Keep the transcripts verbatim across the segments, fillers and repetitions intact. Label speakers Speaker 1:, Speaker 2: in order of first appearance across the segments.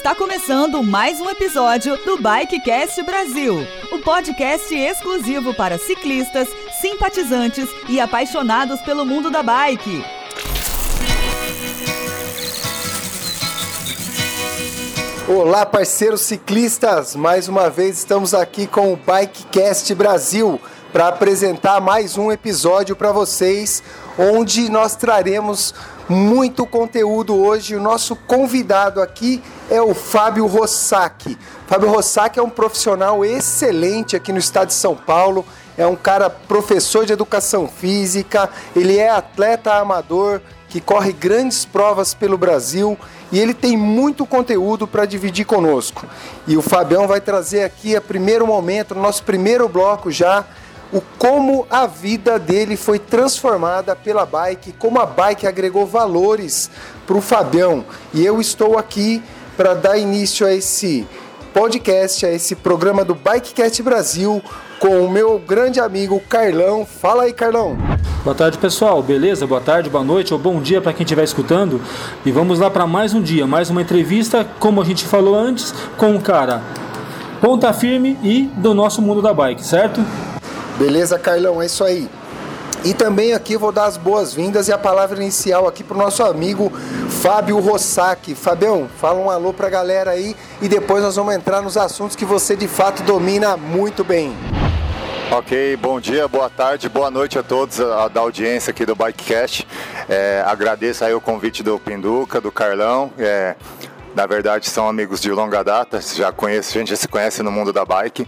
Speaker 1: Está começando mais um episódio do BikeCast Brasil, o podcast exclusivo para ciclistas, simpatizantes e apaixonados pelo mundo da bike.
Speaker 2: Olá, parceiros ciclistas! Mais uma vez estamos aqui com o BikeCast Brasil para apresentar mais um episódio para vocês, onde nós traremos muito conteúdo hoje. O nosso convidado aqui é o Fábio Rossack. Fábio Rossack é um profissional excelente aqui no estado de São Paulo, é um cara professor de educação física, ele é atleta amador que corre grandes provas pelo Brasil e ele tem muito conteúdo para dividir conosco. E o Fabião vai trazer aqui a primeiro momento, no nosso primeiro bloco já, o como a vida dele foi transformada pela bike, como a bike agregou valores para o Fabião. E eu estou aqui para dar início a esse podcast, a esse programa do BikeCast Brasil, com o meu grande amigo Carlão. Fala aí, Carlão.
Speaker 3: Boa tarde, pessoal. Beleza? Boa tarde, boa noite ou bom dia para quem estiver escutando. E vamos lá para mais um dia, mais uma entrevista, como a gente falou antes, com um cara ponta firme e do nosso mundo da bike, certo?
Speaker 2: Beleza, Carlão, é isso aí. E também aqui vou dar as boas-vindas e a palavra inicial aqui para o nosso amigo Fábio Rossack. Fabião, fala um alô para a galera aí e depois nós vamos entrar nos assuntos que você de fato domina muito bem.
Speaker 4: Ok, bom dia, boa tarde, boa noite a todos a, da audiência aqui do BikeCast. É, agradeço aí o convite do Pinduca, do Carlão. É, na verdade são amigos de longa data, já conheço, a gente já se conhece no mundo da bike.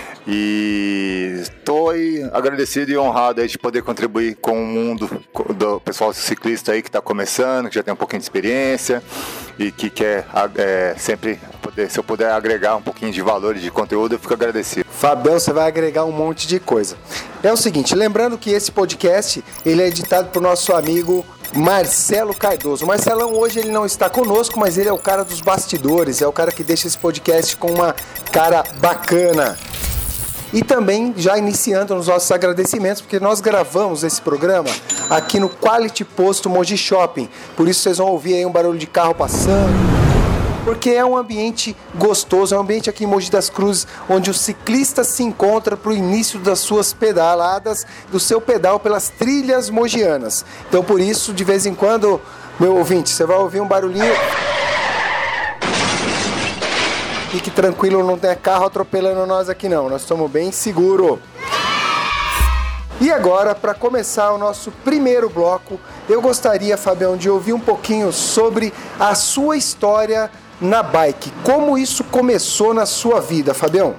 Speaker 4: E estou agradecido e honrado aí de poder contribuir com o mundo do pessoal ciclista aí que está começando, que já tem um pouquinho de experiência e que quer é, sempre, poder, se eu puder agregar um pouquinho de valor e de conteúdo, eu fico agradecido.
Speaker 2: Fabião, você vai agregar um monte de coisa. É o seguinte, lembrando que esse podcast ele é editado por nosso amigo Marcelo Cardoso. O Marcelão hoje ele não está conosco, mas ele é o cara dos bastidores, é o cara que deixa esse podcast com uma cara bacana. E também já iniciando nos nossos agradecimentos, porque nós gravamos esse programa aqui no Quality Posto Mogi Shopping. Por isso vocês vão ouvir aí um barulho de carro passando. Porque é um ambiente gostoso, é um ambiente aqui em Mogi das Cruzes, onde o ciclista se encontra para o início das suas pedaladas, do seu pedal pelas trilhas mogianas. Então por isso, de vez em quando, meu ouvinte, você vai ouvir um barulhinho... Fique tranquilo, não tem carro atropelando nós aqui não, nós estamos bem seguros. E agora, para começar o nosso primeiro bloco, eu gostaria, Fabião, de ouvir um pouquinho sobre a sua história na bike. Como isso começou na sua vida, Fabião?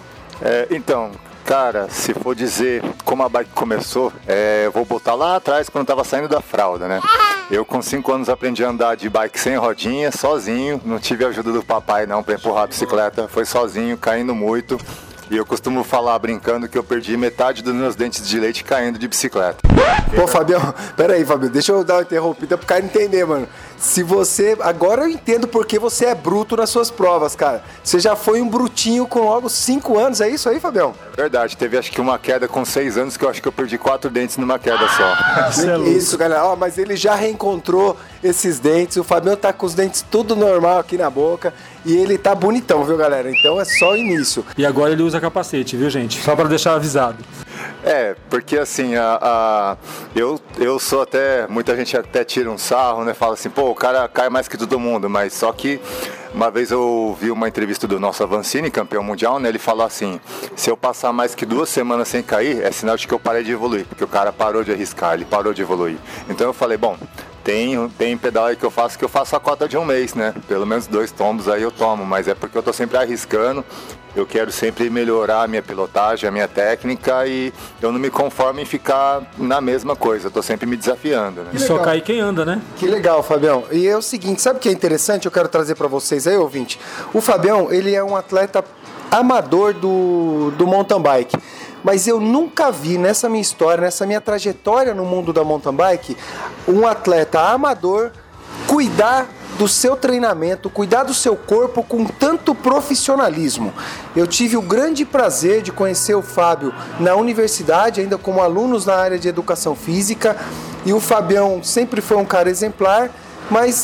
Speaker 4: É, então, cara, se for dizer como a bike começou, é, eu vou botar lá atrás quando eu estava saindo da fralda, né? Eu com cinco anos aprendi a andar de bike sem rodinha, sozinho, não tive ajuda do papai não para empurrar a bicicleta, foi sozinho, caindo muito. E eu costumo falar brincando que eu perdi metade dos meus dentes de leite caindo de bicicleta.
Speaker 2: Pô, Fabião, peraí, Fabião, deixa eu dar uma interrompida pro cara entender, mano. Se você... Agora eu entendo porque você é bruto nas suas provas, cara. Você já foi um brutinho com logo cinco anos, é isso aí, Fabião?
Speaker 4: É verdade, teve acho que uma queda com seis anos que eu acho que eu perdi quatro dentes numa queda só.
Speaker 2: Isso, galera. Ó, mas ele já reencontrou esses dentes. O Fabião tá com os dentes tudo normal aqui na boca. E ele tá bonitão, viu, galera? Então é só o início.
Speaker 3: E agora ele usa capacete, viu, gente? Só para deixar avisado.
Speaker 4: É, porque assim, a, a, eu, eu sou até... Muita gente até tira um sarro, né? Fala assim, pô, o cara cai mais que todo mundo. Mas só que uma vez eu ouvi uma entrevista do nosso Avancini, campeão mundial, né? Ele falou assim, se eu passar mais que duas semanas sem cair, é sinal de que eu parei de evoluir. Porque o cara parou de arriscar, ele parou de evoluir. Então eu falei, bom... Tem, tem pedal aí que eu faço que eu faço a cota de um mês, né? Pelo menos dois tombos aí eu tomo, mas é porque eu tô sempre arriscando. Eu quero sempre melhorar a minha pilotagem, a minha técnica e eu não me conformo em ficar na mesma coisa. Eu tô sempre me desafiando, né?
Speaker 3: E só cai quem anda, né?
Speaker 2: Que legal, Fabião. E é o seguinte, sabe o que é interessante? Eu quero trazer para vocês aí, ouvinte. O Fabião, ele é um atleta amador do, do mountain bike. Mas eu nunca vi nessa minha história, nessa minha trajetória no mundo da mountain bike, um atleta amador cuidar do seu treinamento, cuidar do seu corpo com tanto profissionalismo. Eu tive o grande prazer de conhecer o Fábio na universidade, ainda como alunos na área de educação física, e o Fabião sempre foi um cara exemplar, mas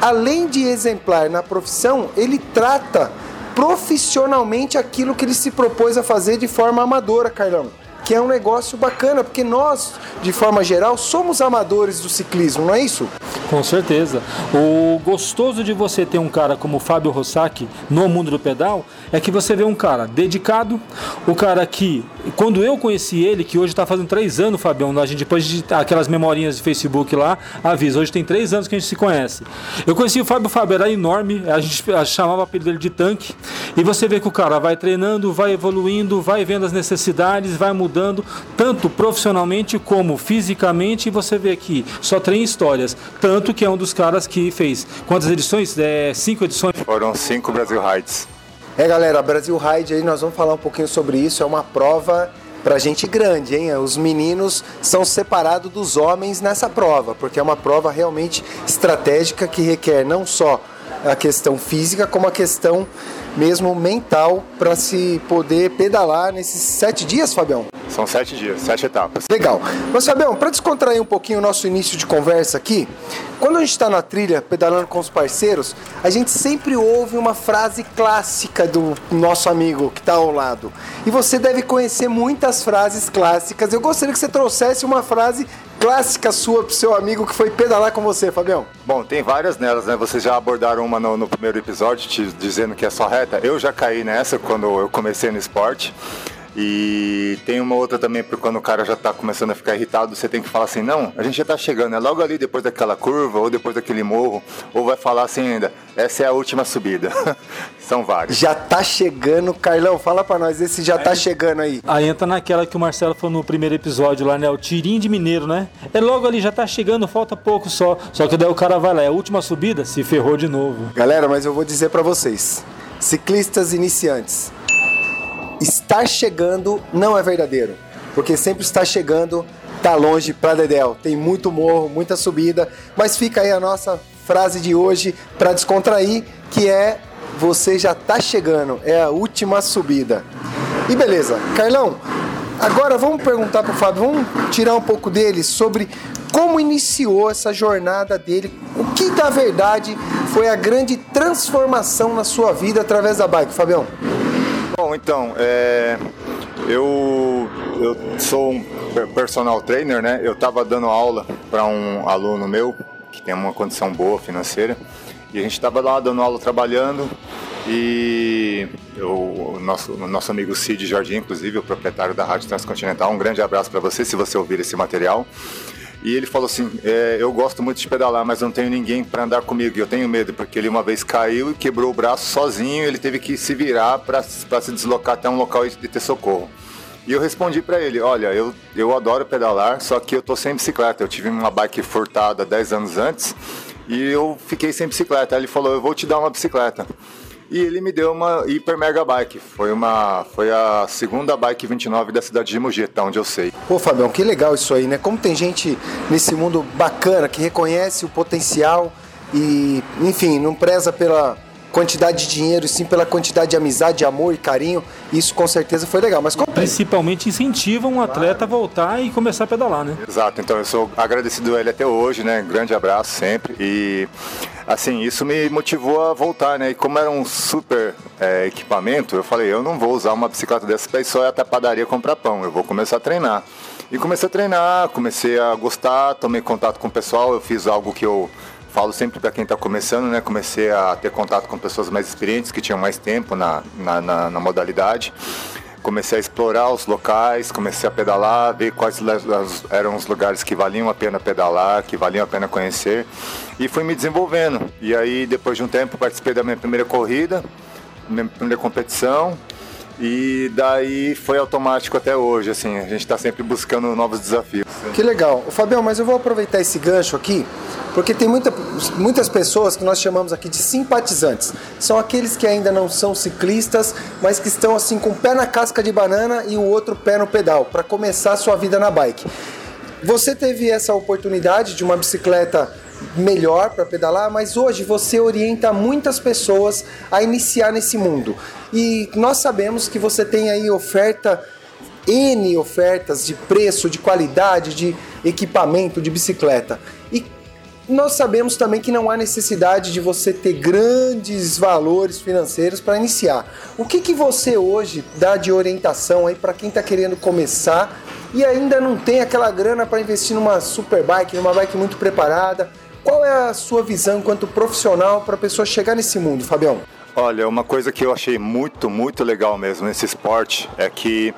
Speaker 2: além de exemplar na profissão, ele trata profissionalmente aquilo que ele se propôs a fazer de forma amadora, Carlão. Que é um negócio bacana, porque nós, de forma geral, somos amadores do ciclismo, não é isso?
Speaker 3: Com certeza. O gostoso de você ter um cara como o Fábio Rossack no mundo do pedal é que você vê um cara dedicado, o cara que, quando eu conheci ele, que hoje está fazendo três anos, Fabião, a gente depois de aquelas memorinhas de Facebook lá, avisa, hoje tem três anos que a gente se conhece. Eu conheci o Fábio, o Fábio era enorme, a gente chamava o apelido dele de tanque, e você vê que o cara vai treinando, vai evoluindo, vai vendo as necessidades, vai mudando, tanto profissionalmente como fisicamente, e você vê que só tem histórias, tanto que é um dos caras que fez, quantas edições? É, cinco edições?
Speaker 4: Foram cinco Brasil Rides.
Speaker 2: É, galera, Brasil Ride aí, nós vamos falar um pouquinho sobre isso, é uma prova pra gente grande, hein? Os meninos são separados dos homens nessa prova, porque é uma prova realmente estratégica que requer não só a questão física, como a questão mesmo mental para se poder pedalar nesses sete dias, Fabião?
Speaker 4: São sete dias, sete etapas.
Speaker 2: Legal. Mas, Fabião, para descontrair um pouquinho o nosso início de conversa aqui, quando a gente está na trilha, pedalando com os parceiros, a gente sempre ouve uma frase clássica do nosso amigo que está ao lado. E você deve conhecer muitas frases clássicas. Eu gostaria que você trouxesse uma frase clássica sua pro seu amigo que foi pedalar com você, Fabião.
Speaker 4: Bom, tem várias nelas, né? Vocês já abordaram uma no, no primeiro episódio, te dizendo que é só reta. Eu já caí nessa quando eu comecei no esporte. E tem uma outra também, porque quando o cara já tá começando a ficar irritado, você tem que falar assim, não, a gente já tá chegando, é logo ali depois daquela curva, ou depois daquele morro, ou vai falar assim ainda, essa é a última subida. São vários.
Speaker 2: Já tá chegando, Carlão, fala pra nós, esse já tá chegando aí.
Speaker 3: Aí entra naquela que o Marcelo falou no primeiro episódio lá, né, o tirinho de mineiro, né? É logo ali, já tá chegando, falta pouco só, só que daí o cara vai lá, é a última subida, se ferrou de novo.
Speaker 2: Galera, mas eu vou dizer pra vocês, ciclistas iniciantes, estar chegando não é verdadeiro, porque sempre está chegando, tá longe pra dedéu, tem muito morro, muita subida, mas fica aí a nossa frase de hoje para descontrair, que é, você já tá chegando, é a última subida. E beleza, Carlão, agora vamos perguntar pro Fábio, vamos tirar um pouco dele sobre como iniciou essa jornada dele, o que na verdade foi a grande transformação na sua vida através da bike, Fabião?
Speaker 4: Bom, então, é, eu, eu sou um personal trainer, né? Eu estava dando aula para um aluno meu que tem uma condição boa financeira e a gente estava lá dando aula, trabalhando e eu, o, nosso, o nosso amigo Cid Jardim, inclusive, o proprietário da Rádio Transcontinental, um grande abraço para você se você ouvir esse material. E ele falou assim, é, eu gosto muito de pedalar, mas não tenho ninguém para andar comigo, eu tenho medo, porque ele uma vez caiu e quebrou o braço sozinho, ele teve que se virar para se deslocar até um local de ter socorro. E eu respondi para ele, olha, eu, eu adoro pedalar, só que eu tô sem bicicleta, eu tive uma bike furtada dez anos antes e eu fiquei sem bicicleta. Aí ele falou, eu vou te dar uma bicicleta. E ele me deu uma Hiper Mega Bike. Foi, uma, foi a segunda Bike vinte e nove da cidade de Mogi, tá onde eu sei.
Speaker 2: Pô, Fabião, que legal isso aí, né? Como tem gente nesse mundo bacana, que reconhece o potencial e, enfim, não preza pela quantidade de dinheiro, e sim pela quantidade de amizade, amor e carinho. Isso com certeza foi legal. Mas como...
Speaker 3: Principalmente incentiva um atleta claro. a voltar e começar a pedalar, né?
Speaker 4: Exato, então eu sou agradecido a ele até hoje, né? Grande abraço sempre. E assim, isso me motivou a voltar, né? E como era um super é, equipamento, eu falei, eu não vou usar uma bicicleta dessa para ir só ir até a padaria comprar pão, eu vou começar a treinar. E comecei a treinar, comecei a gostar, tomei contato com o pessoal, eu fiz algo que eu falo sempre para quem está começando, né? Comecei a ter contato com pessoas mais experientes, que tinham mais tempo na, na, na, na modalidade. Comecei a explorar os locais, comecei a pedalar, ver quais eram os lugares que valiam a pena pedalar, que valiam a pena conhecer. E fui me desenvolvendo. E aí, depois de um tempo, participei da minha primeira corrida, minha primeira competição. E daí foi automático até hoje, assim, a gente está sempre buscando novos desafios.
Speaker 2: Que legal. Fabião, mas eu vou aproveitar esse gancho aqui, porque tem muita, muitas pessoas que nós chamamos aqui de simpatizantes. São aqueles que ainda não são ciclistas, mas que estão assim com o pé na casca de banana e o outro pé no pedal, para começar a sua vida na bike. Você teve essa oportunidade de uma bicicleta melhor para pedalar, mas hoje você orienta muitas pessoas a iniciar nesse mundo. E nós sabemos que você tem aí oferta, N ofertas de preço, de qualidade, de equipamento, de bicicleta. E nós sabemos também que não há necessidade de você ter grandes valores financeiros para iniciar. O que, que você hoje dá de orientação aí para quem está querendo começar e ainda não tem aquela grana para investir numa super bike, numa bike muito preparada? Qual é a sua visão enquanto profissional para a pessoa chegar nesse mundo, Fabião?
Speaker 4: Olha, uma coisa que eu achei muito, muito legal mesmo nesse esporte é que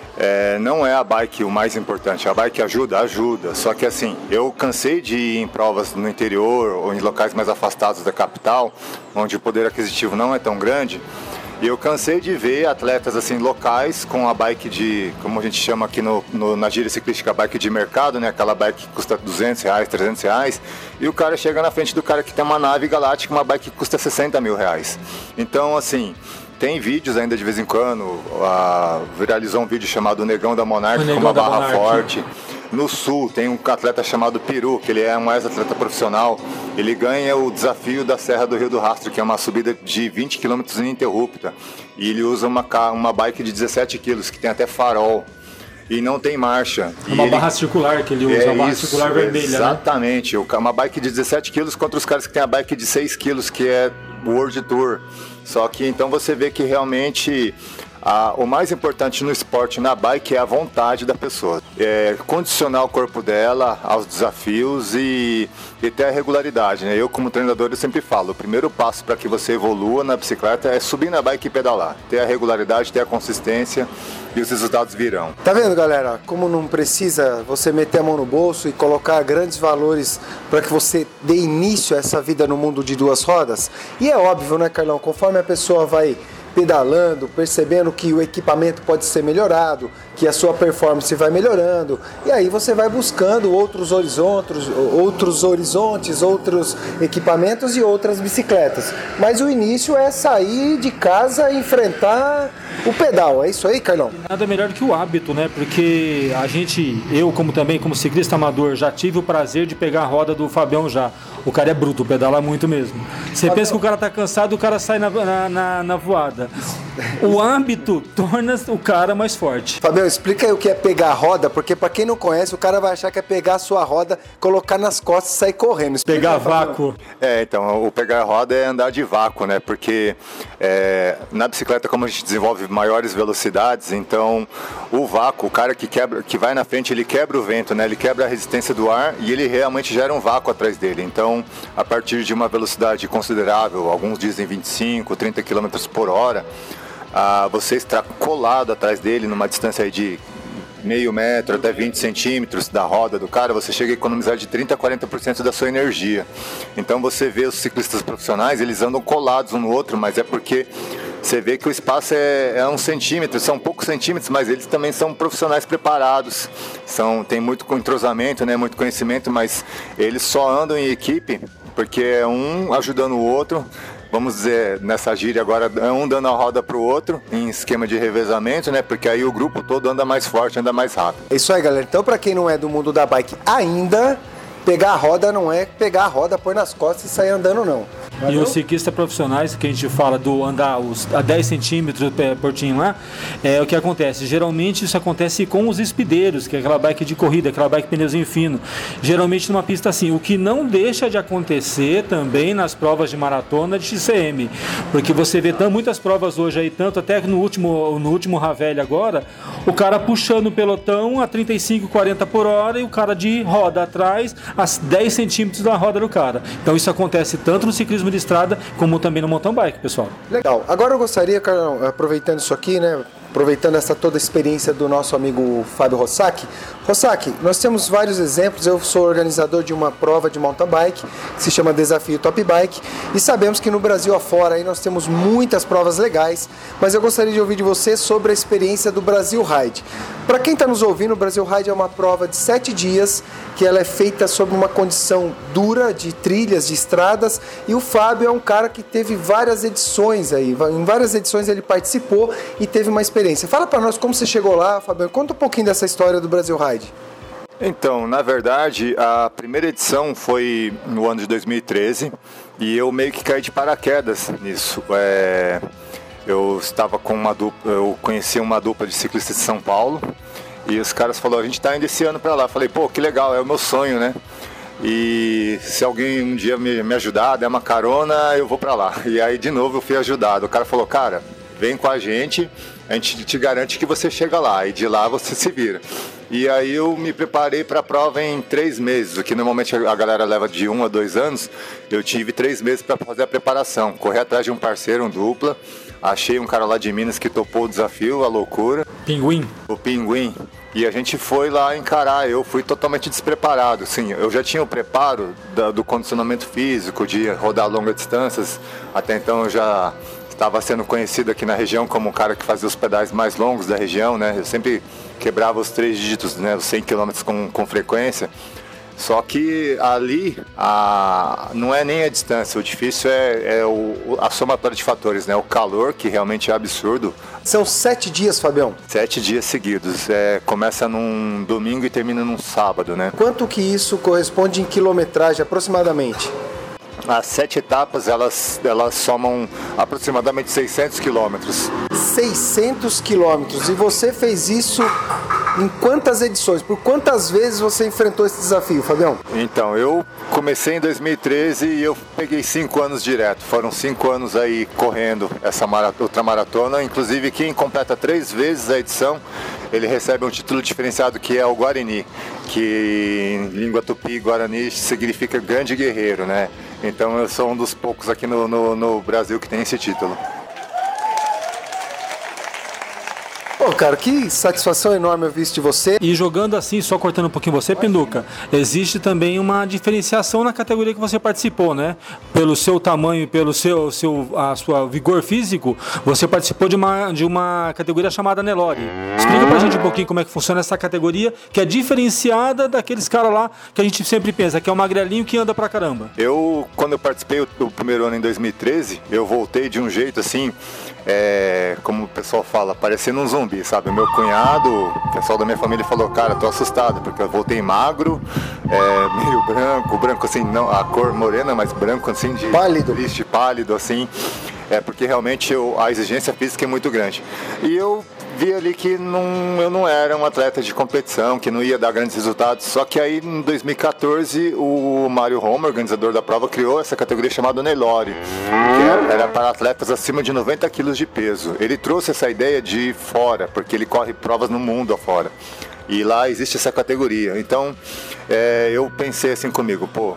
Speaker 4: É, não é a bike o mais importante. A bike ajuda? Ajuda. Só que assim, eu cansei de ir em provas no interior ou em locais mais afastados da capital, onde o poder aquisitivo não é tão grande. E eu cansei de ver atletas assim locais com a bike de, como a gente chama aqui no, no, na gíria ciclística, bike de mercado, né? Aquela bike que custa duzentos reais, trezentos reais. E o cara chega na frente do cara que tem uma nave galáctica, uma bike que custa sessenta mil reais. Então, assim... Tem vídeos ainda de vez em quando, uh, viralizou um vídeo chamado Negão da Monarca, com uma barra Monarque. forte. No Sul tem um atleta chamado Peru, que ele é um ex-atleta profissional. Ele ganha o desafio da Serra do Rio do Rastro, que é uma subida de vinte quilômetros ininterrupta. E ele usa uma, uma bike de dezessete quilos, que tem até farol. E não tem marcha.
Speaker 3: Uma
Speaker 4: e
Speaker 3: barra
Speaker 4: ele...
Speaker 3: circular que ele usa, é uma barra isso, circular vermelha.
Speaker 4: Exatamente,
Speaker 3: né?
Speaker 4: Uma bike de dezessete quilos contra os caras que tem a bike de seis quilos, que é World Tour. Só que então você vê que realmente a, o mais importante no esporte, na bike, é a vontade da pessoa. É condicionar o corpo dela aos desafios e, e ter a regularidade, né? Eu, como treinador, eu sempre falo, o primeiro passo para que você evolua na bicicleta é subir na bike e pedalar. Ter a regularidade, ter a consistência e os resultados virão.
Speaker 2: Tá vendo, galera? Como não precisa você meter a mão no bolso e colocar grandes valores para que você dê início a essa vida no mundo de duas rodas? E é óbvio, né, Carlão? Conforme a pessoa vai pedalando, percebendo que o equipamento pode ser melhorado, que a sua performance vai melhorando, e aí você vai buscando outros horizontes, outros horizontes, outros equipamentos e outras bicicletas. Mas o início é sair de casa e enfrentar o pedal, é isso aí, Carlão?
Speaker 3: Nada melhor do que o hábito, né? Porque a gente, eu como também, como ciclista amador, já tive o prazer de pegar a roda do Fabião já. O cara é bruto, pedala muito mesmo. Você Fabião... pensa que o cara tá cansado, o cara sai na, na, na, na voada. O hábito torna o cara mais forte.
Speaker 2: Fabião, explica aí o que é pegar a roda, porque pra quem não conhece, o cara vai achar que é pegar a sua roda, colocar nas costas e sair correndo. Explica,
Speaker 3: pegar vácuo.
Speaker 4: É, então, o pegar a roda é andar de vácuo, né? Porque é, na bicicleta, como a gente desenvolve maiores velocidades, então o vácuo, o cara que, quebra, que vai na frente, ele quebra o vento, né? Ele quebra a resistência do ar e ele realmente gera um vácuo atrás dele. Então, a partir de uma velocidade considerável, alguns dizem vinte e cinco, trinta quilômetros por hora, ah, você está colado atrás dele numa distância aí de meio metro até vinte centímetros da roda do cara, você chega a economizar de trinta a quarenta por cento da sua energia. Então você vê os ciclistas profissionais, eles andam colados um no outro, mas é porque você vê que o espaço é, é um centímetro, são poucos centímetros, mas eles também são profissionais preparados, são, tem muito entrosamento, né, muito conhecimento, mas eles só andam em equipe porque é um ajudando o outro. Vamos dizer, nessa gíria agora, um dando a roda para o outro, em esquema de revezamento, né? Porque aí o grupo todo anda mais forte, anda mais rápido.
Speaker 2: É isso aí, galera. Então, para quem não é do mundo da bike ainda, pegar a roda não é pegar a roda, pôr nas costas e sair andando, não.
Speaker 3: Valeu? E os ciclistas profissionais, que a gente fala do andar os, a dez centímetros portinho lá, é o que acontece. Geralmente isso acontece com os espideiros, que é aquela bike de corrida, aquela bike pneuzinho fino. Geralmente numa pista assim. O que não deixa de acontecer também nas provas de maratona de X C M. Porque você vê tão, muitas provas hoje aí, tanto até no último, no último Ravelli agora, o cara puxando o pelotão a trinta e cinco, quarenta por hora e o cara de roda atrás a dez centímetros da roda do cara. Então isso acontece tanto no ciclismo de estrada, como também no mountain bike, pessoal.
Speaker 2: Legal. Agora eu gostaria, Carlão, aproveitando isso aqui, né, aproveitando essa toda a experiência do nosso amigo Fábio Rossack. Rossack, nós temos vários exemplos. Eu sou organizador de uma prova de mountain bike que se chama Desafio Top Bike e sabemos que no Brasil afora aí nós temos muitas provas legais, mas eu gostaria de ouvir de você sobre a experiência do Brasil Ride. Para quem está nos ouvindo, o Brasil Ride é uma prova de sete dias que ela é feita sob uma condição dura de trilhas, de estradas, e o Fábio é um cara que teve várias edições aí, em várias edições ele participou e teve uma experiência. Fala para nós como você chegou lá, Fábio, conta um pouquinho dessa história do Brasil Ride.
Speaker 4: Então, na verdade, a primeira edição foi no ano de dois mil e treze e eu meio que caí de paraquedas nisso. É... Eu estava com uma dupla, eu conheci uma dupla de ciclistas de São Paulo e os caras falaram, a gente está indo esse ano para lá. Falei, pô, que legal, é o meu sonho, né? e se alguém um dia me, me ajudar, der uma carona, eu vou para lá. E aí de novo eu fui ajudado. O cara falou, cara, vem com a gente, a gente te garante que você chega lá e de lá você se vira. E aí eu me preparei para a prova em três meses, o que normalmente a galera leva de um a dois anos. Eu tive três meses para fazer a preparação, correr atrás de um parceiro, um dupla. Achei um cara lá de Minas que topou o desafio, a loucura.
Speaker 3: Pinguim.
Speaker 4: O Pinguim. E a gente foi lá encarar, eu fui totalmente despreparado. Sim, eu já tinha o preparo da, do condicionamento físico, de rodar longas distâncias. Até então eu já estava sendo conhecido aqui na região como um cara que fazia os pedais mais longos da região, né? Eu sempre quebrava os três dígitos, né? Os cem quilômetros com, com frequência. Só que ali a, não é nem a distância, o difícil é, é o, a somatória de fatores, né? O calor, que realmente é absurdo.
Speaker 2: São sete dias, Fabião?
Speaker 4: Sete dias seguidos. É, começa num domingo e termina num sábado, né?
Speaker 2: Quanto que isso corresponde em quilometragem, aproximadamente?
Speaker 4: As sete etapas, elas, elas somam aproximadamente seiscentos quilômetros.
Speaker 2: seiscentos quilômetros. E você fez isso em quantas edições? Por quantas vezes você enfrentou esse desafio, Fabião?
Speaker 4: Então, eu comecei em dois mil e treze e eu peguei cinco anos direto. Foram cinco anos aí correndo essa ultramaratona. Inclusive, quem completa três vezes a edição, ele recebe um título diferenciado que é o Guarani, que em língua tupi, Guarani significa grande guerreiro, né? Então eu sou um dos poucos aqui no, no, no Brasil que tem esse título.
Speaker 2: Pô, cara, que satisfação enorme eu vi isso de você.
Speaker 3: E jogando assim, só cortando um pouquinho você, Pinduca, existe também uma diferenciação na categoria que você participou, né? Pelo seu tamanho e pelo seu, seu a sua vigor físico, você participou de uma, de uma categoria chamada Nelore. Explica pra gente um pouquinho como é que funciona essa categoria, que é diferenciada daqueles caras lá que a gente sempre pensa, que é o magrelinho que anda pra caramba.
Speaker 4: Eu, quando eu participei do primeiro ano em dois mil e treze, eu voltei de um jeito assim, é, como o pessoal fala, parecendo um zumbi, sabe? O meu cunhado, o pessoal da minha família falou, cara, tô assustado, porque eu voltei magro, é, meio branco, branco assim, não, a cor morena, mas branco assim, de
Speaker 2: pálido,
Speaker 4: triste, pálido assim, é porque realmente eu, a exigência física é muito grande. E eu vi ali que não, eu não era um atleta de competição, que não ia dar grandes resultados. Só que aí em dois mil e quatorze o Mário Roma, organizador da prova, criou essa categoria chamada Nelore, que era para atletas acima de noventa quilos de peso. Ele trouxe essa ideia de fora, porque ele corre provas no mundo afora. E lá existe essa categoria. Então é, eu pensei assim comigo, pô,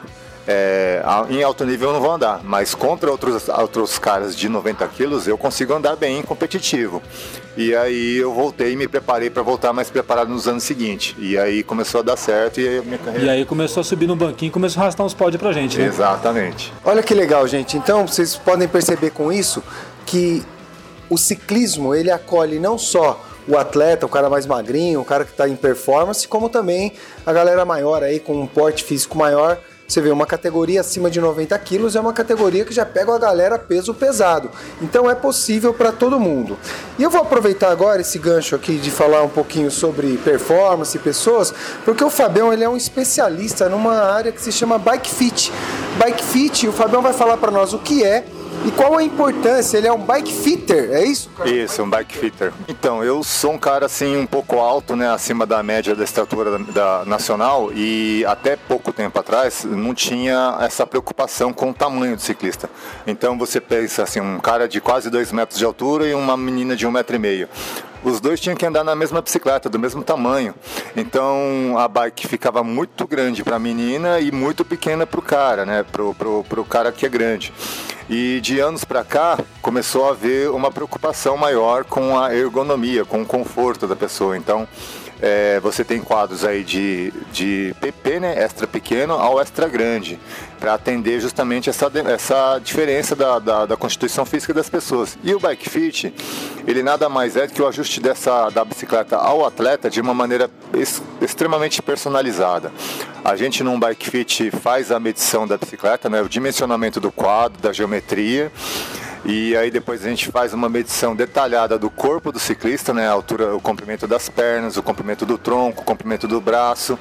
Speaker 4: É, em alto nível eu não vou andar, mas contra outros, outros caras de noventa quilos eu consigo andar bem competitivo. E aí eu voltei e me preparei para voltar mais preparado nos anos seguintes. E aí começou a dar certo e aí a minha carreira...
Speaker 3: E aí começou a subir no banquinho e começou a arrastar uns pódios pra gente, né?
Speaker 4: Exatamente.
Speaker 2: Olha que legal, gente. Então vocês podem perceber com isso que o ciclismo, ele acolhe não só o atleta, o cara mais magrinho, o cara que está em performance, como também a galera maior aí com um porte físico maior. Você vê, uma categoria acima de noventa quilos é uma categoria que já pega a galera peso pesado. Então é possível para todo mundo. E eu vou aproveitar agora esse gancho aqui de falar um pouquinho sobre performance e pessoas, porque o Fabião, ele é um especialista numa área que se chama Bike Fit. Bike Fit, o Fabião vai falar para nós o que é e qual a importância. Ele é um bike fitter, é isso, cara?
Speaker 4: Isso, um bike fitter. Então, eu sou um cara assim um pouco alto, né, acima da média da estatura da, da nacional, e até pouco tempo atrás não tinha essa preocupação com o tamanho do ciclista. Então você pensa assim, um cara de quase dois metros de altura e uma menina de um metro e meio. Os dois tinham que andar na mesma bicicleta, do mesmo tamanho. Então a bike ficava muito grande para a menina e muito pequena para o cara, né? Pro, pro, pro cara que é grande. E de anos para cá começou a haver uma preocupação maior com a ergonomia, com o conforto da pessoa. Então é, você tem quadros aí de, de P P, né, extra pequeno ao extra grande, para atender justamente essa, essa diferença da, da, da constituição física das pessoas. E o Bike Fit, ele nada mais é do que o ajuste dessa, da bicicleta ao atleta de uma maneira ex, extremamente personalizada. A gente num Bike Fit faz a medição da bicicleta, né, o dimensionamento do quadro, da geometria, E aí depois a gente faz uma medição detalhada do corpo do ciclista, né? A altura, o comprimento das pernas, o comprimento do tronco, o comprimento do braço.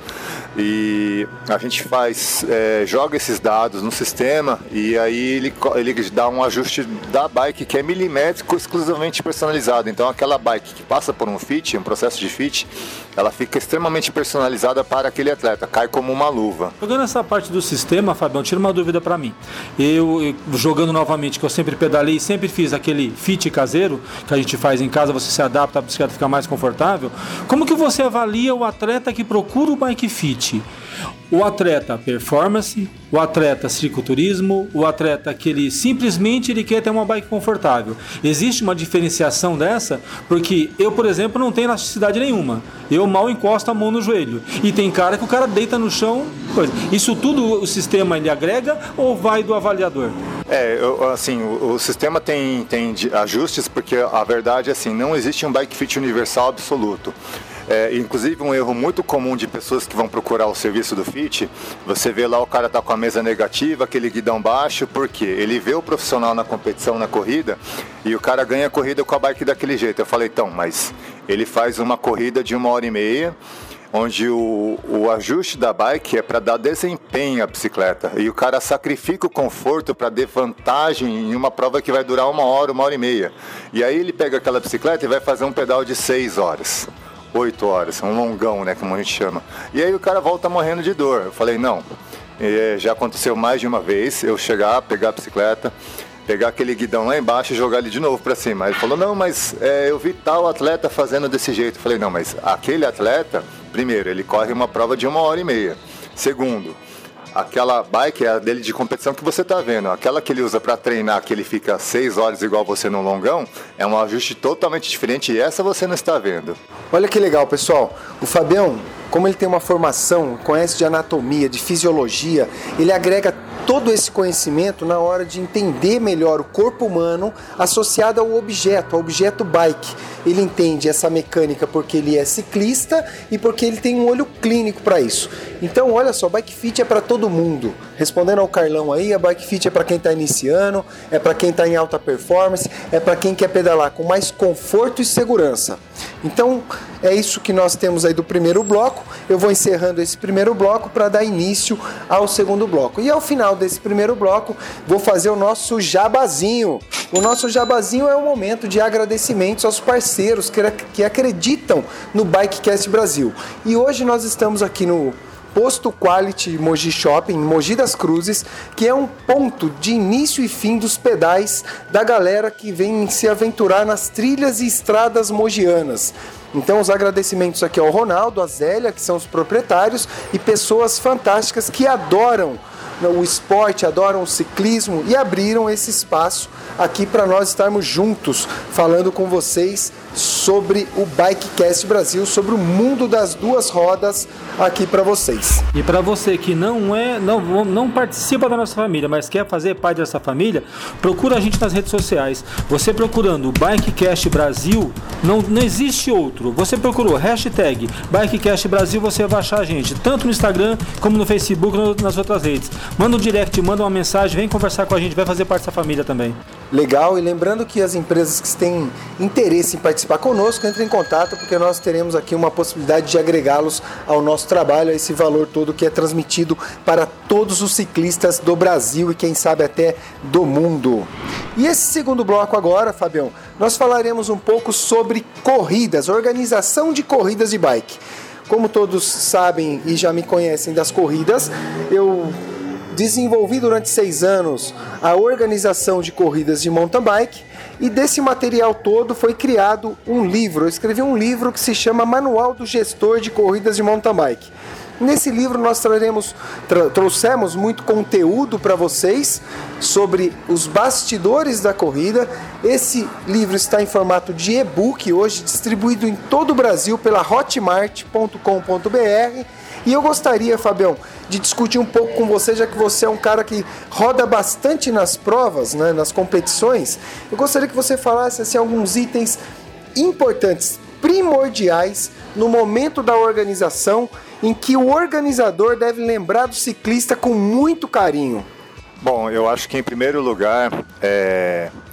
Speaker 4: E a gente faz, é, joga esses dados no sistema e aí ele, ele dá um ajuste da bike que é milimétrico, exclusivamente personalizado. Então aquela bike que passa por um fit, um processo de fit, ela fica extremamente personalizada para aquele atleta, cai como uma luva.
Speaker 3: Jogando essa parte do sistema, Fabião, tira uma dúvida para mim. Eu, eu, jogando novamente, que eu sempre pedalei, sempre fiz aquele fit caseiro, que a gente faz em casa, você se adapta, a bicicleta fica mais confortável. Como que você avalia o atleta que procura o bike fit? O atleta performance, o atleta cicloturismo, o atleta que ele simplesmente ele quer ter uma bike confortável. Existe uma diferenciação dessa? Porque eu, por exemplo, não tenho elasticidade nenhuma. Eu mal encosto a mão no joelho. E tem cara que o cara deita no chão. Coisa. Isso tudo o sistema ele agrega ou vai do avaliador?
Speaker 4: É, eu, assim, o, o sistema tem, tem ajustes porque a verdade é assim, não existe um bike fit universal absoluto. É, inclusive um erro muito comum de pessoas que vão procurar o serviço do fit, você vê lá o cara tá com a mesa negativa, aquele guidão baixo, porque ele vê o profissional na competição, na corrida, e o cara ganha a corrida com a bike daquele jeito. Eu falei, então, mas ele faz uma corrida de uma hora e meia, onde o, o ajuste da bike é para dar desempenho à bicicleta, e o cara sacrifica o conforto para dar vantagem em uma prova que vai durar uma hora, uma hora e meia. E aí ele pega aquela bicicleta e vai fazer um pedal de seis horas. Oito horas, um longão, né, como a gente chama. E aí o cara volta morrendo de dor. Eu falei, não, é, já aconteceu mais de uma vez eu chegar, pegar a bicicleta, pegar aquele guidão lá embaixo e jogar ele de novo para cima. Ele falou, não, mas é, eu vi tal atleta fazendo desse jeito. Eu falei, não, mas aquele atleta, primeiro, ele corre uma prova de uma hora e meia. Segundo, aquela bike é a dele de competição que você está vendo. Aquela que ele usa para treinar, que ele fica seis horas igual você no longão, é um ajuste totalmente diferente e essa você não está vendo.
Speaker 2: Olha que legal, pessoal. O Fabião, como ele tem uma formação, conhece de anatomia, de fisiologia, ele agrega todo esse conhecimento na hora de entender melhor o corpo humano associado ao objeto, ao objeto bike. Ele entende essa mecânica porque ele é ciclista e porque ele tem um olho clínico para isso. Então, olha só, bike fit é para todo mundo. Respondendo ao Carlão aí, a bike fit é para quem está iniciando, é para quem está em alta performance, é para quem quer pedalar com mais conforto e segurança. Então, é isso que nós temos aí do primeiro bloco. Eu vou encerrando esse primeiro bloco para dar início ao segundo bloco. E ao final desse primeiro bloco, vou fazer o nosso jabazinho. O nosso jabazinho é o momento de agradecimentos aos parceiros que, que acreditam no BikeCast Brasil. E hoje nós estamos aqui no Posto Quality Mogi Shopping, Mogi das Cruzes, que é um ponto de início e fim dos pedais da galera que vem se aventurar nas trilhas e estradas mogianas. Então os agradecimentos aqui ao Ronaldo, a Zélia, que são os proprietários, e pessoas fantásticas que adoram o esporte, adoram o ciclismo e abriram esse espaço aqui para nós estarmos juntos falando com vocês sobre o BikeCast Brasil, sobre o mundo das duas rodas aqui para vocês.
Speaker 3: E para você que não é, não, não participa da nossa família, mas quer fazer parte dessa família, procura a gente nas redes sociais. Você procurando o BikeCast Brasil, não, não existe outro. Você procurou hashtag BikeCast Brasil, você vai achar a gente, tanto no Instagram como no Facebook, nas outras redes. Manda um direct, manda uma mensagem, vem conversar com a gente, vai fazer parte dessa família também.
Speaker 2: Legal, e lembrando que as empresas que têm interesse em participar conosco, entrem em contato, porque nós teremos aqui uma possibilidade de agregá-los ao nosso trabalho, a esse valor todo que é transmitido para todos os ciclistas do Brasil e quem sabe até do mundo. E esse segundo bloco agora, Fabião, nós falaremos um pouco sobre corridas, organização de corridas de bike. Como todos sabem e já me conhecem das corridas, eu desenvolvi durante seis anos a organização de corridas de mountain bike e desse material todo foi criado um livro. Eu escrevi um livro que se chama Manual do Gestor de Corridas de Mountain Bike. Nesse livro nós traremos, tra- trouxemos muito conteúdo para vocês sobre os bastidores da corrida. Esse livro está em formato de e-book, hoje distribuído em todo o Brasil pela hotmart ponto com ponto b r. E eu gostaria, Fabião, de discutir um pouco com você, já que você é um cara que roda bastante nas provas, né, nas competições. Eu gostaria que você falasse assim, alguns itens importantes, primordiais, no momento da organização, em que o organizador deve lembrar do ciclista com muito carinho.
Speaker 4: Bom, eu acho que em primeiro lugar, é...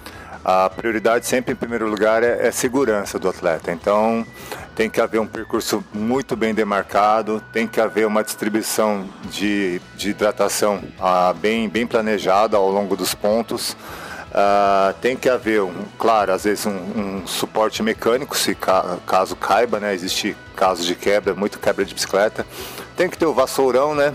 Speaker 4: a prioridade sempre em primeiro lugar é, é segurança do atleta. Então tem que haver um percurso muito bem demarcado, tem que haver uma distribuição de, de hidratação ah, bem, bem planejada ao longo dos pontos. Uh, tem que haver, um, claro, às vezes um, um suporte mecânico, se ca- caso caiba, né? Existe casos de quebra, muito quebra de bicicleta. Tem que ter o vassourão, né?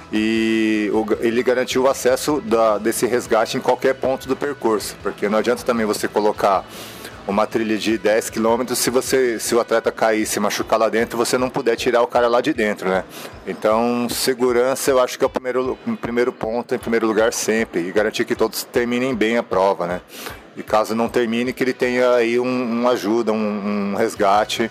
Speaker 4: E o, ele garantir o acesso da, desse resgate em qualquer ponto do percurso, porque não adianta também você colocar uma trilha de dez quilômetros, se, você, se o atleta cair e se machucar lá dentro, você não puder tirar o cara lá de dentro, né? Então, segurança eu acho que é o primeiro, o primeiro ponto, em primeiro lugar sempre, e garantir que todos terminem bem a prova, né? E caso não termine, que ele tenha aí um, uma ajuda, um, um resgate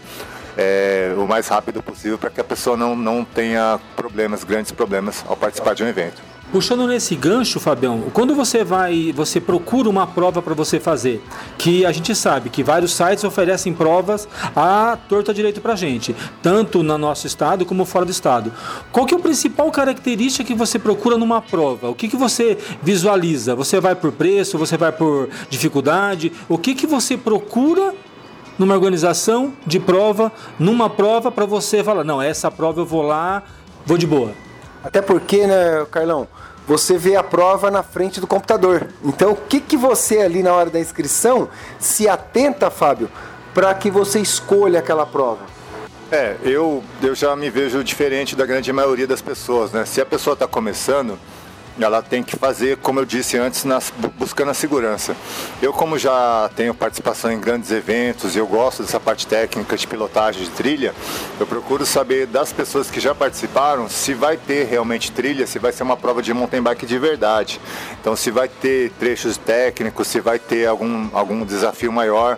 Speaker 4: é, o mais rápido possível, para que a pessoa não, não tenha problemas, grandes problemas ao participar de um evento.
Speaker 3: Puxando nesse gancho, Fabião, quando você vai, você procura uma prova para você fazer, que a gente sabe que vários sites oferecem provas à torta direito pra gente, tanto no nosso estado como fora do estado. Qual que é a principal característica que você procura numa prova? O que que você visualiza? Você vai por preço, você vai por dificuldade? O que que você procura numa organização de prova, numa prova para você falar, não, essa prova eu vou lá, vou de boa?
Speaker 2: Até porque, né, Carlão, você vê a prova na frente do computador. Então, o que, que você ali na hora da inscrição se atenta, Fábio, para que você escolha aquela prova?
Speaker 4: É, eu, eu já me vejo diferente da grande maioria das pessoas, né? Se a pessoa está começando, ela tem que fazer, como eu disse antes, nas, buscando a segurança. Eu, como já tenho participação em grandes eventos e eu gosto dessa parte técnica de pilotagem de trilha, eu procuro saber das pessoas que já participaram se vai ter realmente trilha, se vai ser uma prova de mountain bike de verdade. Então, se vai ter trechos técnicos, se vai ter algum, algum desafio maior.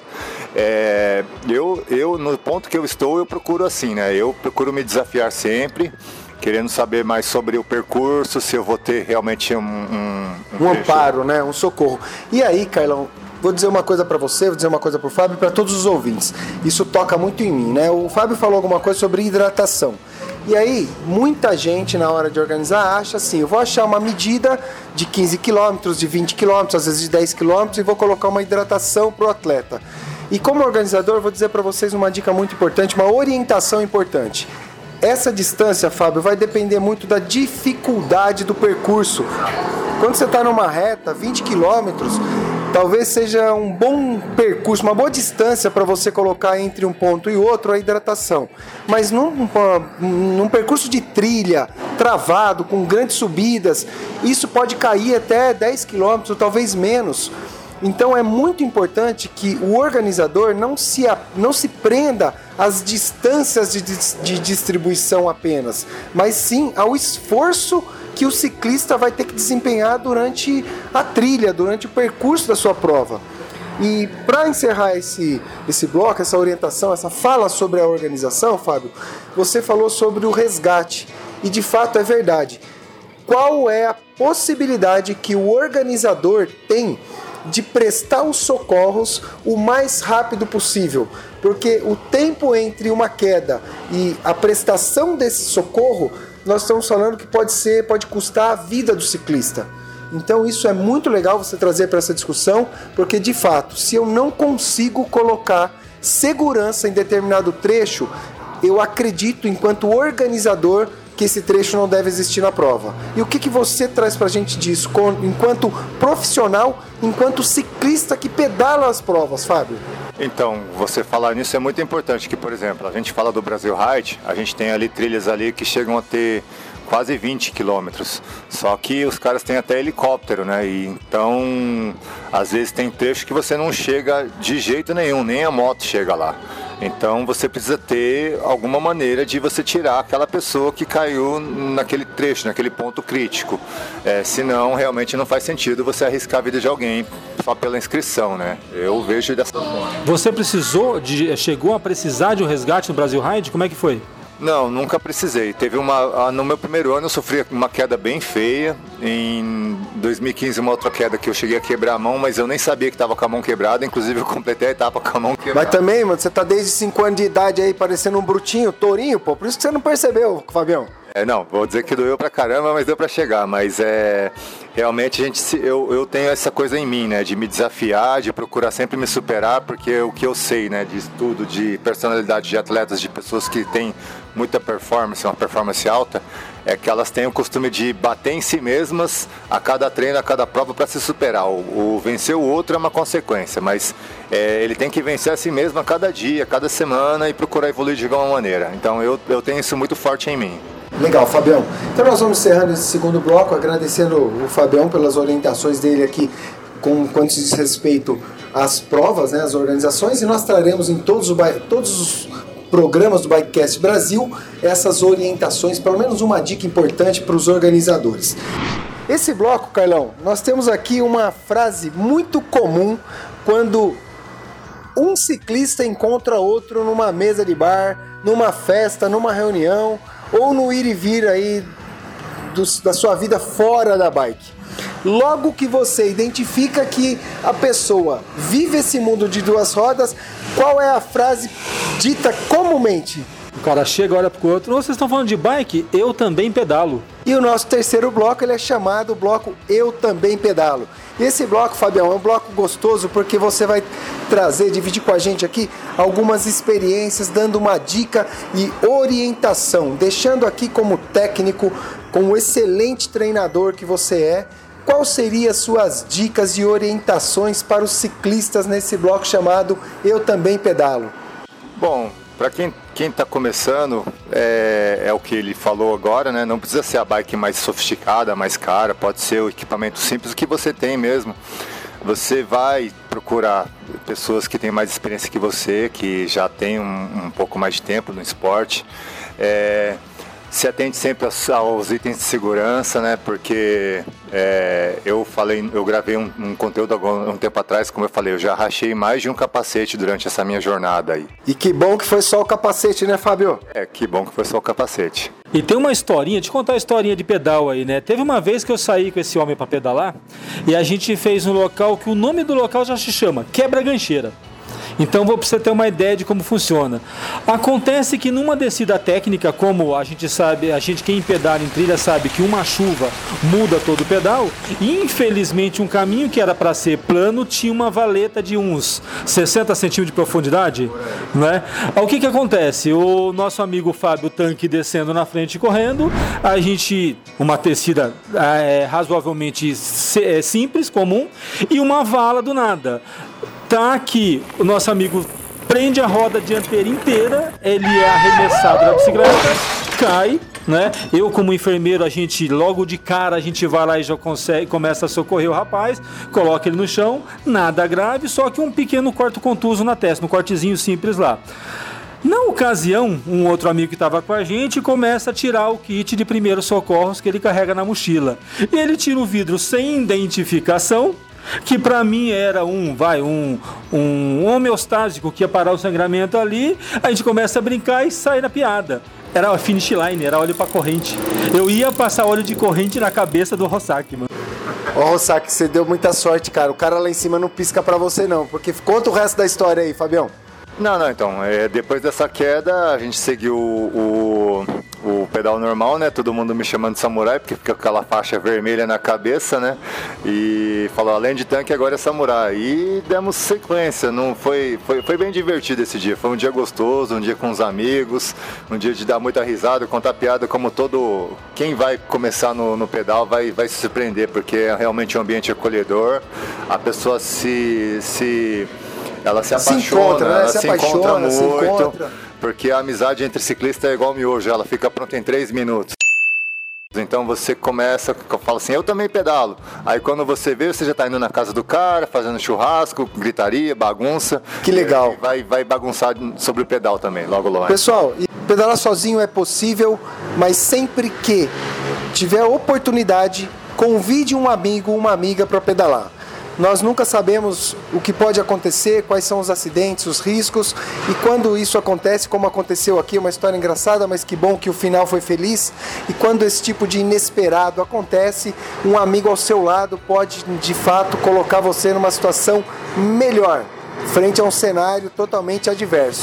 Speaker 4: É, eu, eu, no ponto que eu estou, eu procuro assim, né? Eu procuro me desafiar sempre, querendo saber mais sobre o percurso, se eu vou ter realmente um... Um,
Speaker 2: um, um amparo, né? Um socorro. E aí, Carlão, vou dizer uma coisa para você, vou dizer uma coisa para o Fábio e para todos os ouvintes. Isso toca muito em mim, né? O Fábio falou alguma coisa sobre hidratação. E aí, muita gente na hora de organizar acha assim, eu vou achar uma medida de quinze quilômetros, de vinte quilômetros, às vezes de dez quilômetros e vou colocar uma hidratação para o atleta. E como organizador, vou dizer para vocês uma dica muito importante, uma orientação importante. Essa distância, Fábio, vai depender muito da dificuldade do percurso. Quando você está numa reta, vinte quilômetros, talvez seja um bom percurso, uma boa distância para você colocar entre um ponto e outro a hidratação. Mas num, num percurso de trilha, travado, com grandes subidas, isso pode cair até dez quilômetros, talvez menos. Então é muito importante que o organizador não se, não se prenda às distâncias de, de distribuição apenas, mas sim ao esforço que o ciclista vai ter que desempenhar durante a trilha, durante o percurso da sua prova. E para encerrar esse, esse bloco, essa orientação, essa fala sobre a organização, Fábio, você falou sobre o resgate, e de fato é verdade. Qual é a possibilidade que o organizador tem de prestar os socorros o mais rápido possível? Porque o tempo entre uma queda e a prestação desse socorro, nós estamos falando que pode ser, pode custar a vida do ciclista. Então isso é muito legal você trazer para essa discussão, porque de fato, se eu não consigo colocar segurança em determinado trecho, eu acredito, enquanto organizador, que esse trecho não deve existir na prova. E o que, que você traz pra gente disso, enquanto profissional, enquanto ciclista que pedala as provas, Fábio?
Speaker 4: Então, você falar nisso é muito importante, que, por exemplo, a gente fala do Brasil Ride, a gente tem ali trilhas ali que chegam a ter quase vinte quilômetros, só que os caras têm até helicóptero, né? E então, às vezes tem trecho que você não chega de jeito nenhum, nem a moto chega lá. Então você precisa ter alguma maneira de você tirar aquela pessoa que caiu naquele trecho, naquele ponto crítico. É, senão, realmente não faz sentido você arriscar a vida de alguém só pela inscrição, né? Eu vejo dessa forma.
Speaker 3: Você precisou, de, chegou a precisar de um resgate no Brasil Ride? Como é que foi?
Speaker 4: Não, nunca precisei. Teve uma, no meu primeiro ano eu sofri uma queda bem feia. Em dois mil e quinze uma outra queda que eu cheguei a quebrar a mão, mas eu nem sabia que estava com a mão quebrada. Inclusive eu completei a etapa com a mão quebrada.
Speaker 2: Mas também, mano, você tá desde cinco anos de idade aí parecendo um brutinho, tourinho, pô. Por isso que você não percebeu, Fabião.
Speaker 4: É, não, vou dizer que doeu pra caramba, mas deu pra chegar. Mas é realmente a gente se, eu, eu tenho essa coisa em mim, né? De me desafiar, de procurar sempre me superar, porque o que eu sei, né? De estudo, de personalidade de atletas, de pessoas que têm muita performance, uma performance alta, é que elas têm o costume de bater em si mesmas a cada treino, a cada prova para se superar. O, o vencer o outro é uma consequência, mas é, ele tem que vencer a si mesmo a cada dia, a cada semana e procurar evoluir de alguma maneira. Então eu, eu tenho isso muito forte em mim.
Speaker 2: Legal, Fabião. Então nós vamos encerrando esse segundo bloco, agradecendo o Fabião pelas orientações dele aqui com quanto se diz respeito às provas, né, às organizações, e nós traremos em todos, o, todos os programas do BikeCast Brasil essas orientações, pelo menos uma dica importante para os organizadores. Esse bloco, Carlão, nós temos aqui uma frase muito comum quando um ciclista encontra outro numa mesa de bar, numa festa, numa reunião ou no ir e vir aí do, da sua vida fora da bike. Logo que você identifica que a pessoa vive esse mundo de duas rodas, qual é a frase dita comumente?
Speaker 3: O cara chega, olha pro outro, vocês estão falando de bike? Eu também pedalo.
Speaker 2: E o nosso terceiro bloco, ele é chamado bloco Eu Também Pedalo. E esse bloco, Fabião, é um bloco gostoso porque você vai trazer, dividir com a gente aqui algumas experiências, dando uma dica e orientação, deixando aqui como técnico, como um excelente treinador que você é, quais seriam as suas dicas e orientações para os ciclistas nesse bloco chamado Eu Também Pedalo?
Speaker 4: Bom, para quem quem está começando, é, é o que ele falou agora, né? Não precisa ser a bike mais sofisticada, mais cara, pode ser o equipamento simples que você tem mesmo. Você vai procurar pessoas que têm mais experiência que você, que já têm um, um pouco mais de tempo no esporte. É, se atende sempre aos, aos itens de segurança, né? Porque é, eu falei, eu gravei um, um conteúdo há um tempo atrás, como eu falei, eu já rachei mais de um capacete durante essa minha jornada aí.
Speaker 2: E que bom que foi só o capacete, né, Fábio?
Speaker 4: É, que bom que foi só o capacete.
Speaker 3: E tem uma historinha, te contar a historinha de pedal aí, né? Teve uma vez que eu saí com esse homem para pedalar e a gente fez um local que o nome do local já se chama Quebra-Gancheira. Então, vou para você ter uma ideia de como funciona. Acontece que numa descida técnica, como a gente sabe, a gente quem pedala em trilha sabe que uma chuva muda todo o pedal, e infelizmente um caminho que era para ser plano tinha uma valeta de uns sessenta centímetros de profundidade, né? O que que acontece? O nosso amigo Fábio Tanque descendo na frente correndo, a gente, uma descida é, razoavelmente simples, comum, e uma vala do nada. Tá que o nosso amigo prende a roda dianteira inteira, ele é arremessado da bicicleta, cai, né? Eu como enfermeiro, a gente logo de cara a gente vai lá e já consegue, começa a socorrer o rapaz, coloca ele no chão, nada grave, só que um pequeno corte contuso na testa, um cortezinho simples lá. Na ocasião, um outro amigo que estava com a gente começa a tirar o kit de primeiros socorros que ele carrega na mochila. E ele tira o vidro sem identificação, que para mim era um, vai, um, um homeostásico que ia parar o sangramento ali. A gente começa a brincar e sai na piada. Era a finish line, era óleo para corrente. Eu ia passar óleo de corrente na cabeça do Rossack, mano.
Speaker 2: Ó, oh, Rossack, você deu muita sorte, cara. O cara lá em cima não pisca pra você, não. Porque conta o resto da história aí, Fabião.
Speaker 4: Não, não, então, é, depois dessa queda, a gente seguiu o, o, o pedal normal, né? Todo mundo me chamando de samurai, porque fica com aquela faixa vermelha na cabeça, né? E falou, além de tanque, agora é samurai. E demos sequência, não foi, foi, foi bem divertido esse dia. Foi um dia gostoso, um dia com os amigos, um dia de dar muita risada, contar piada, como todo... Quem vai começar no, no pedal vai, vai se surpreender, porque é realmente um ambiente acolhedor. A pessoa se... se Ela se apaixona, se encontra, né? ela se, se apaixona, encontra muito, se encontra. Porque a amizade entre ciclistas é igual miojo, ela fica pronta em três minutos. Então você começa, fala assim, eu também pedalo. Aí quando você vê, você já está indo na casa do cara, fazendo churrasco, gritaria, bagunça.
Speaker 2: Que legal.
Speaker 4: Vai, vai bagunçar sobre o pedal também, logo logo.
Speaker 2: Pessoal, pedalar sozinho é possível, mas sempre que tiver oportunidade, convide um amigo, uma amiga para pedalar. Nós nunca sabemos o que pode acontecer, quais são os acidentes, os riscos, e quando isso acontece, como aconteceu aqui, uma história engraçada, mas que bom que o final foi feliz, e quando esse tipo de inesperado acontece, um amigo ao seu lado pode, de fato, colocar você numa situação melhor, frente a um cenário totalmente adverso.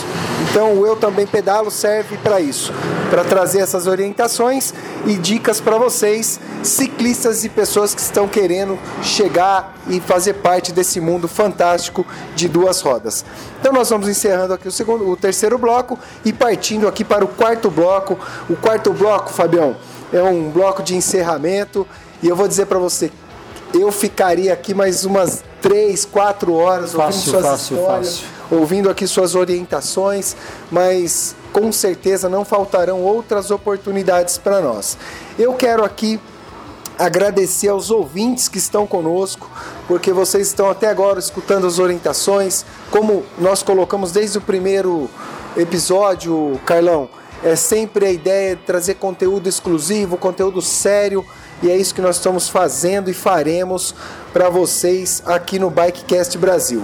Speaker 2: Então o Eu Também Pedalo serve para isso, para trazer essas orientações e dicas para vocês, ciclistas e pessoas que estão querendo chegar e fazer parte desse mundo fantástico de duas rodas. Então nós vamos encerrando aqui o, segundo, o terceiro bloco e partindo aqui para o quarto bloco. O quarto bloco, Fabião, é um bloco de encerramento e eu vou dizer para você, eu ficaria aqui mais umas três, quatro horas ouvindo
Speaker 3: fácil,
Speaker 2: suas
Speaker 3: fácil,
Speaker 2: histórias,
Speaker 3: fácil.
Speaker 2: ouvindo aqui suas orientações, mas com certeza não faltarão outras oportunidades para nós. Eu quero aqui agradecer aos ouvintes que estão conosco, porque vocês estão até agora escutando as orientações, como nós colocamos desde o primeiro episódio, Carlão, é sempre a ideia de trazer conteúdo exclusivo, conteúdo sério, e é isso que nós estamos fazendo e faremos para vocês aqui no BikeCast Brasil.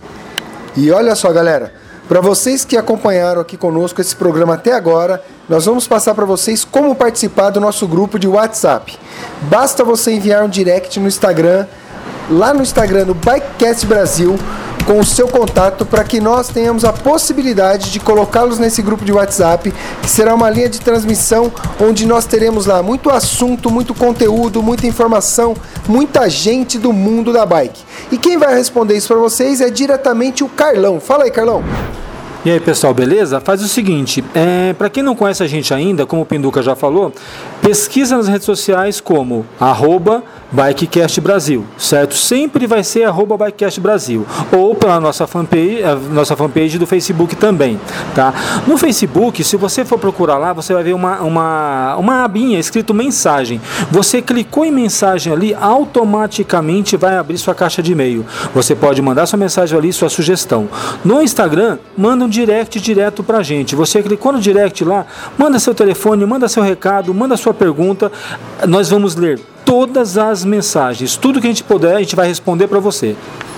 Speaker 2: E olha só, galera, para vocês que acompanharam aqui conosco esse programa até agora, nós vamos passar para vocês como participar do nosso grupo de WhatsApp. Basta você enviar um direct no Instagram, lá no Instagram do BikeCast Brasil, com o seu contato para que nós tenhamos a possibilidade de colocá-los nesse grupo de WhatsApp, que será uma linha de transmissão onde nós teremos lá muito assunto, muito conteúdo, muita informação, muita gente do mundo da bike. E quem vai responder isso para vocês é diretamente o Carlão. Fala aí, Carlão.
Speaker 3: E aí, pessoal, beleza? Faz o seguinte, é, para quem não conhece a gente ainda, como o Pinduca já falou, pesquisa nas redes sociais como arroba BikeCast Brasil, certo? Sempre vai ser arroba BikeCast Brasil, ou pela nossa fanpage, a nossa fanpage do Facebook também, tá? No Facebook, se você for procurar lá, você vai ver uma, uma, uma abinha escrito mensagem. Você clicou em mensagem ali, automaticamente vai abrir sua caixa de e-mail. Você pode mandar sua mensagem ali, sua sugestão. No Instagram, manda um direct direto pra gente. Você clicou no direct lá, manda seu telefone, manda seu recado, manda sua pergunta. Nós vamos ler todas as mensagens. Tudo que a gente puder, a gente vai responder para você.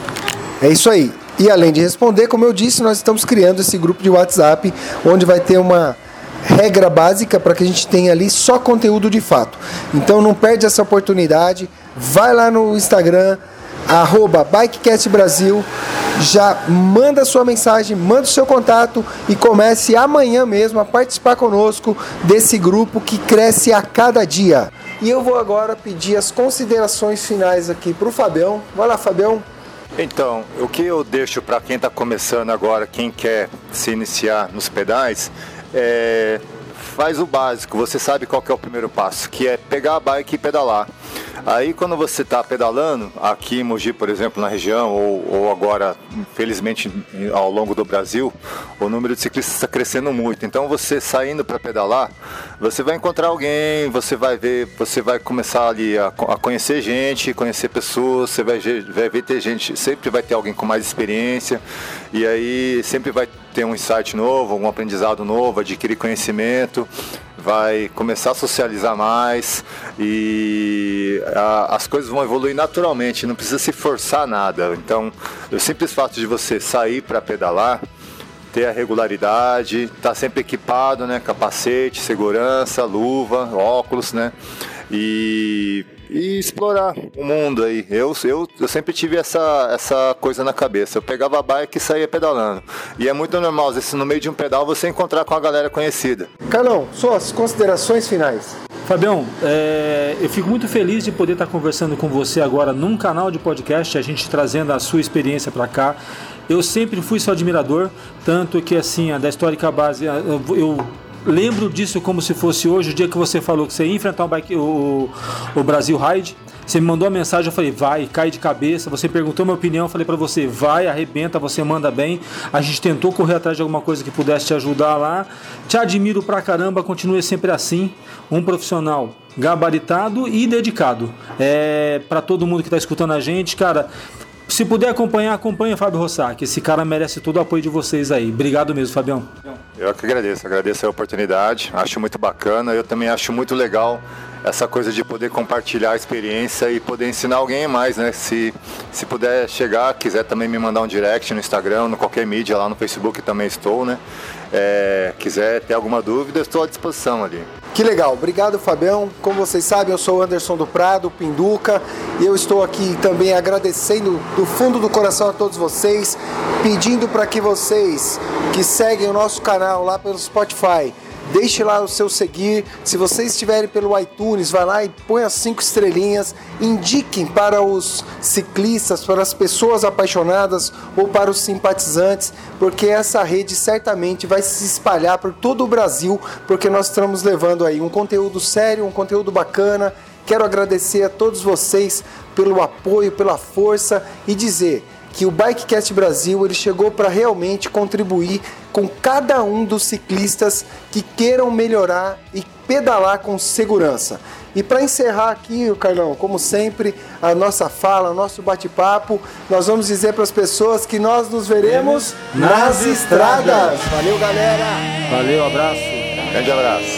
Speaker 2: É isso aí. E além de responder, como eu disse, nós estamos criando esse grupo de WhatsApp, onde vai ter uma regra básica para que a gente tenha ali só conteúdo de fato. Então não perde essa oportunidade. Vai lá no Instagram, arroba BikeCast Brasil, já manda sua mensagem, manda o seu contato e comece amanhã mesmo a participar conosco desse grupo que cresce a cada dia. E eu vou agora pedir as considerações finais aqui para o Fabião. Vai lá, Fabião.
Speaker 4: Então, o que eu deixo para quem está começando agora, quem quer se iniciar nos pedais, é... faz o básico, você sabe qual que é o primeiro passo, que é pegar a bike e pedalar. Aí quando você está pedalando, aqui em Mogi, por exemplo, na região, ou, ou agora, infelizmente, ao longo do Brasil, o número de ciclistas está crescendo muito. Então você saindo para pedalar, você vai encontrar alguém, você vai ver, você vai começar ali a, a conhecer gente, conhecer pessoas, você vai, vai ver ter gente, sempre vai ter alguém com mais experiência, e aí sempre vai ter um insight novo, algum aprendizado novo, adquirir conhecimento, vai começar a socializar mais e a, as coisas vão evoluir naturalmente, não precisa se forçar nada. Então, o simples fato de você sair para pedalar, ter a regularidade, estar tá sempre equipado, né, capacete, segurança, luva, óculos, né, e, e explorar o mundo aí. Eu, eu, eu sempre tive essa, essa coisa na cabeça, eu pegava a bike e saía pedalando. E é muito normal, às vezes, no meio de um pedal, você encontrar com a galera conhecida.
Speaker 2: Carlão, suas considerações finais.
Speaker 3: Fabião, é, eu fico muito feliz de poder estar conversando com você agora num canal de podcast, a gente trazendo a sua experiência para cá. Eu sempre fui seu admirador, tanto que assim, a da Histórica Base, eu, eu lembro disso como se fosse hoje, o dia que você falou que você ia enfrentar o, bike, o, o Brasil Ride. Você me mandou a mensagem, eu falei, vai, cai de cabeça. Você perguntou minha opinião, eu falei pra você, vai, arrebenta, você manda bem. A gente tentou correr atrás de alguma coisa que pudesse te ajudar lá. Te admiro pra caramba, continue sempre assim. Um profissional gabaritado e dedicado. É, pra todo mundo que tá escutando a gente, cara, se puder acompanhar, acompanha o Fábio Rossac. Esse cara merece todo o apoio de vocês aí. Obrigado mesmo, Fabião.
Speaker 4: Eu que agradeço, agradeço a oportunidade, acho muito bacana. Eu também acho muito legal essa coisa de poder compartilhar a experiência e poder ensinar alguém mais, né? Se, se puder chegar, quiser também me mandar um direct no Instagram, no qualquer mídia, lá no Facebook também estou, né? É, quiser ter alguma dúvida, estou à disposição ali.
Speaker 2: Que legal, obrigado Fabião. Como vocês sabem, eu sou o Anderson do Prado, Pinduca, e eu estou aqui também agradecendo do fundo do coração a todos vocês, pedindo para que vocês que seguem o nosso canal lá pelo Spotify, deixe lá o seu seguir. Se vocês estiverem pelo iTunes, vai lá e põe as cinco estrelinhas, indiquem para os ciclistas, para as pessoas apaixonadas ou para os simpatizantes, porque essa rede certamente vai se espalhar por todo o Brasil, porque nós estamos levando aí um conteúdo sério, um conteúdo bacana. Quero agradecer a todos vocês pelo apoio, pela força e dizer que o BikeCast Brasil ele chegou para realmente contribuir com cada um dos ciclistas que queiram melhorar e pedalar com segurança. E para encerrar aqui, Carlão, como sempre, a nossa fala, o nosso bate-papo, nós vamos dizer para as pessoas que nós nos veremos nas, nas estradas. estradas. Valeu, galera!
Speaker 3: Valeu, abraço!
Speaker 4: Grande abraço!